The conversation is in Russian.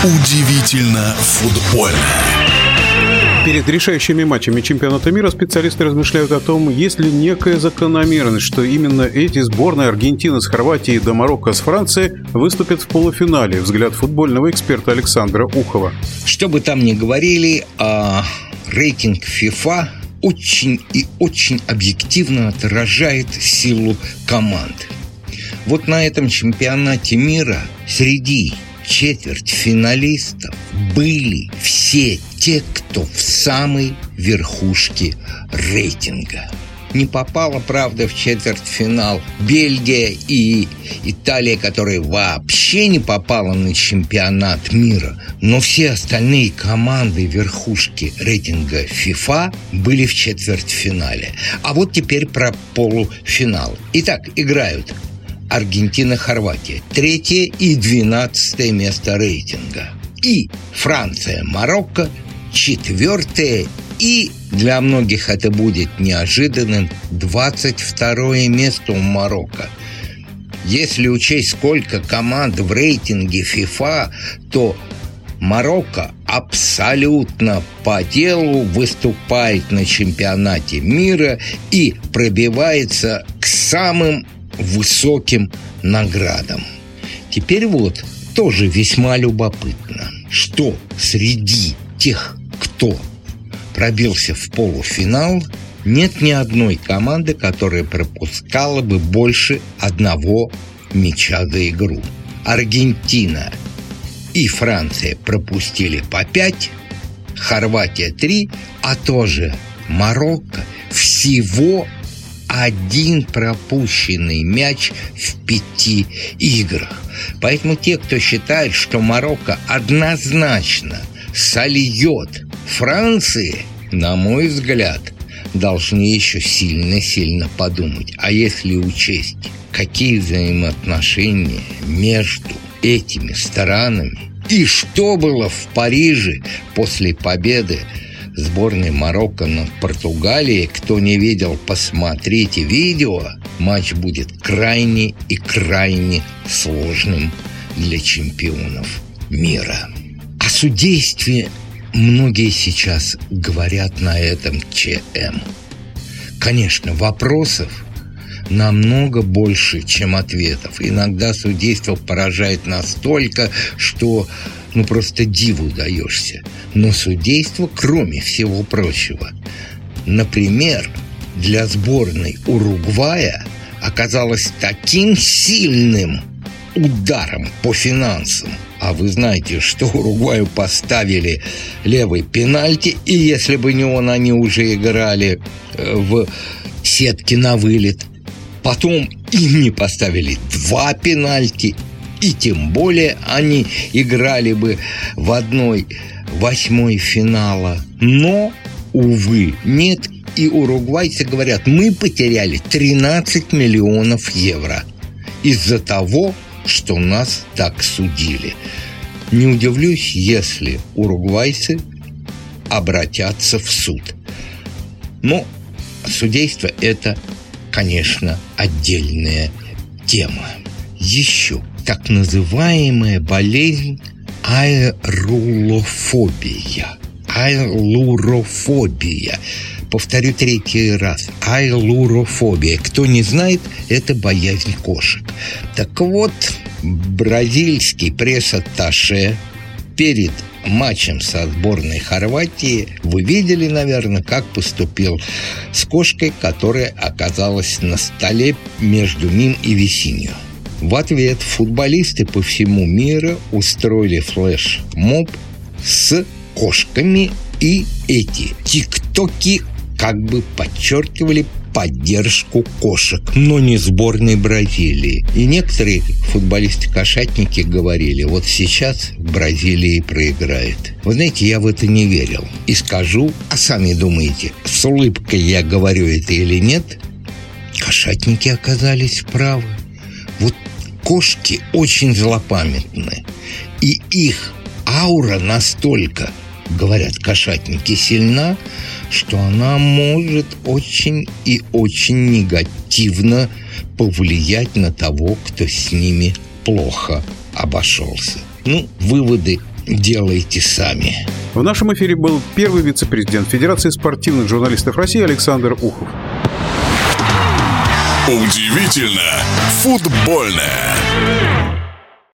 Удивительно футбольно. Перед решающими матчами чемпионата мира специалисты размышляют о том, есть ли некая закономерность, что именно эти сборные Аргентины с Хорватией до Марокко с Францией выступят в полуфинале. Взгляд футбольного эксперта Александра Ухова. Что бы там ни говорили, рейтинг FIFA очень и очень объективно отражает силу команд. Вот на этом чемпионате мира среди четвертьфиналистов были все те, кто в самой верхушке рейтинга. Не попала, правда, в четвертьфинал Бельгия и Италия, которая вообще не попала на чемпионат мира. Но все остальные команды верхушки рейтинга FIFA были в четвертьфинале. А вот теперь про полуфинал. Итак, играют Аргентина, Хорватия, 3 и 12 место рейтинга. И Франция, Марокко, 4 и для многих это будет неожиданным 22 место у Марокко. Если учесть, сколько команд в рейтинге FIFA, то Марокко абсолютно по делу выступает на чемпионате мира и пробивается к самым высоким наградам. Теперь вот тоже весьма любопытно, что среди тех, кто пробился в полуфинал, нет ни одной команды, которая пропускала бы больше одного мяча за игру. Аргентина и Франция пропустили по 5, Хорватия 3, а тоже Марокко всего 1 пропущенный мяч в 5 играх. Поэтому те, кто считает, что Марокко однозначно сольет Франции, на мой взгляд, должны еще сильно-сильно подумать. А если учесть, какие взаимоотношения между этими странами и что было в Париже после победы сборной Марокко над Португалией, кто не видел, посмотрите видео. Матч будет крайне и крайне сложным для чемпионов мира. О судействе многие сейчас говорят на этом ЧМ. Конечно, вопросов намного больше, чем ответов. Иногда судейство поражает настолько, что просто диву даешься. Но судейство, кроме всего прочего, например, для сборной Уругвая оказалось таким сильным ударом по финансам. А вы знаете, что Уругваю поставили левый пенальти, и если бы не он, они уже играли в сетке на вылет. Потом им не поставили 2 пенальти, и тем более они играли бы в 1/8 финала. Но, увы, нет. И уругвайцы говорят, мы потеряли 13 миллионов евро из-за того, что нас так судили. Не удивлюсь, если уругвайцы обратятся в суд. Но судейство – это, конечно, отдельная тема. Еще так называемая болезнь айлурофобия. Айлурофобия. Повторю 3 раз. Айлурофобия. Кто не знает, это боязнь кошек. Так вот, бразильский пресс-атташе перед матчем со сборной Хорватии, вы видели, наверное, как поступил с кошкой, которая оказалась на столе между ним и Висиньо. В ответ футболисты по всему миру устроили флеш-моб с кошками, и эти тиктоки как бы подчеркивали поддержку кошек, но не сборной Бразилии. И некоторые футболисты-кошатники говорили, вот сейчас Бразилия проиграет. Вы знаете, я в это не верил. И скажу, а сами думаете, с улыбкой я говорю это или нет, кошатники оказались правы. Вот кошки очень злопамятны, и их аура настолько, говорят кошатники, сильна, что она может очень и очень негативно повлиять на того, кто с ними плохо обошелся. Выводы делайте сами. В нашем эфире был первый вице-президент Федерации спортивных журналистов России Александр Ухов. Удивительно футбольное.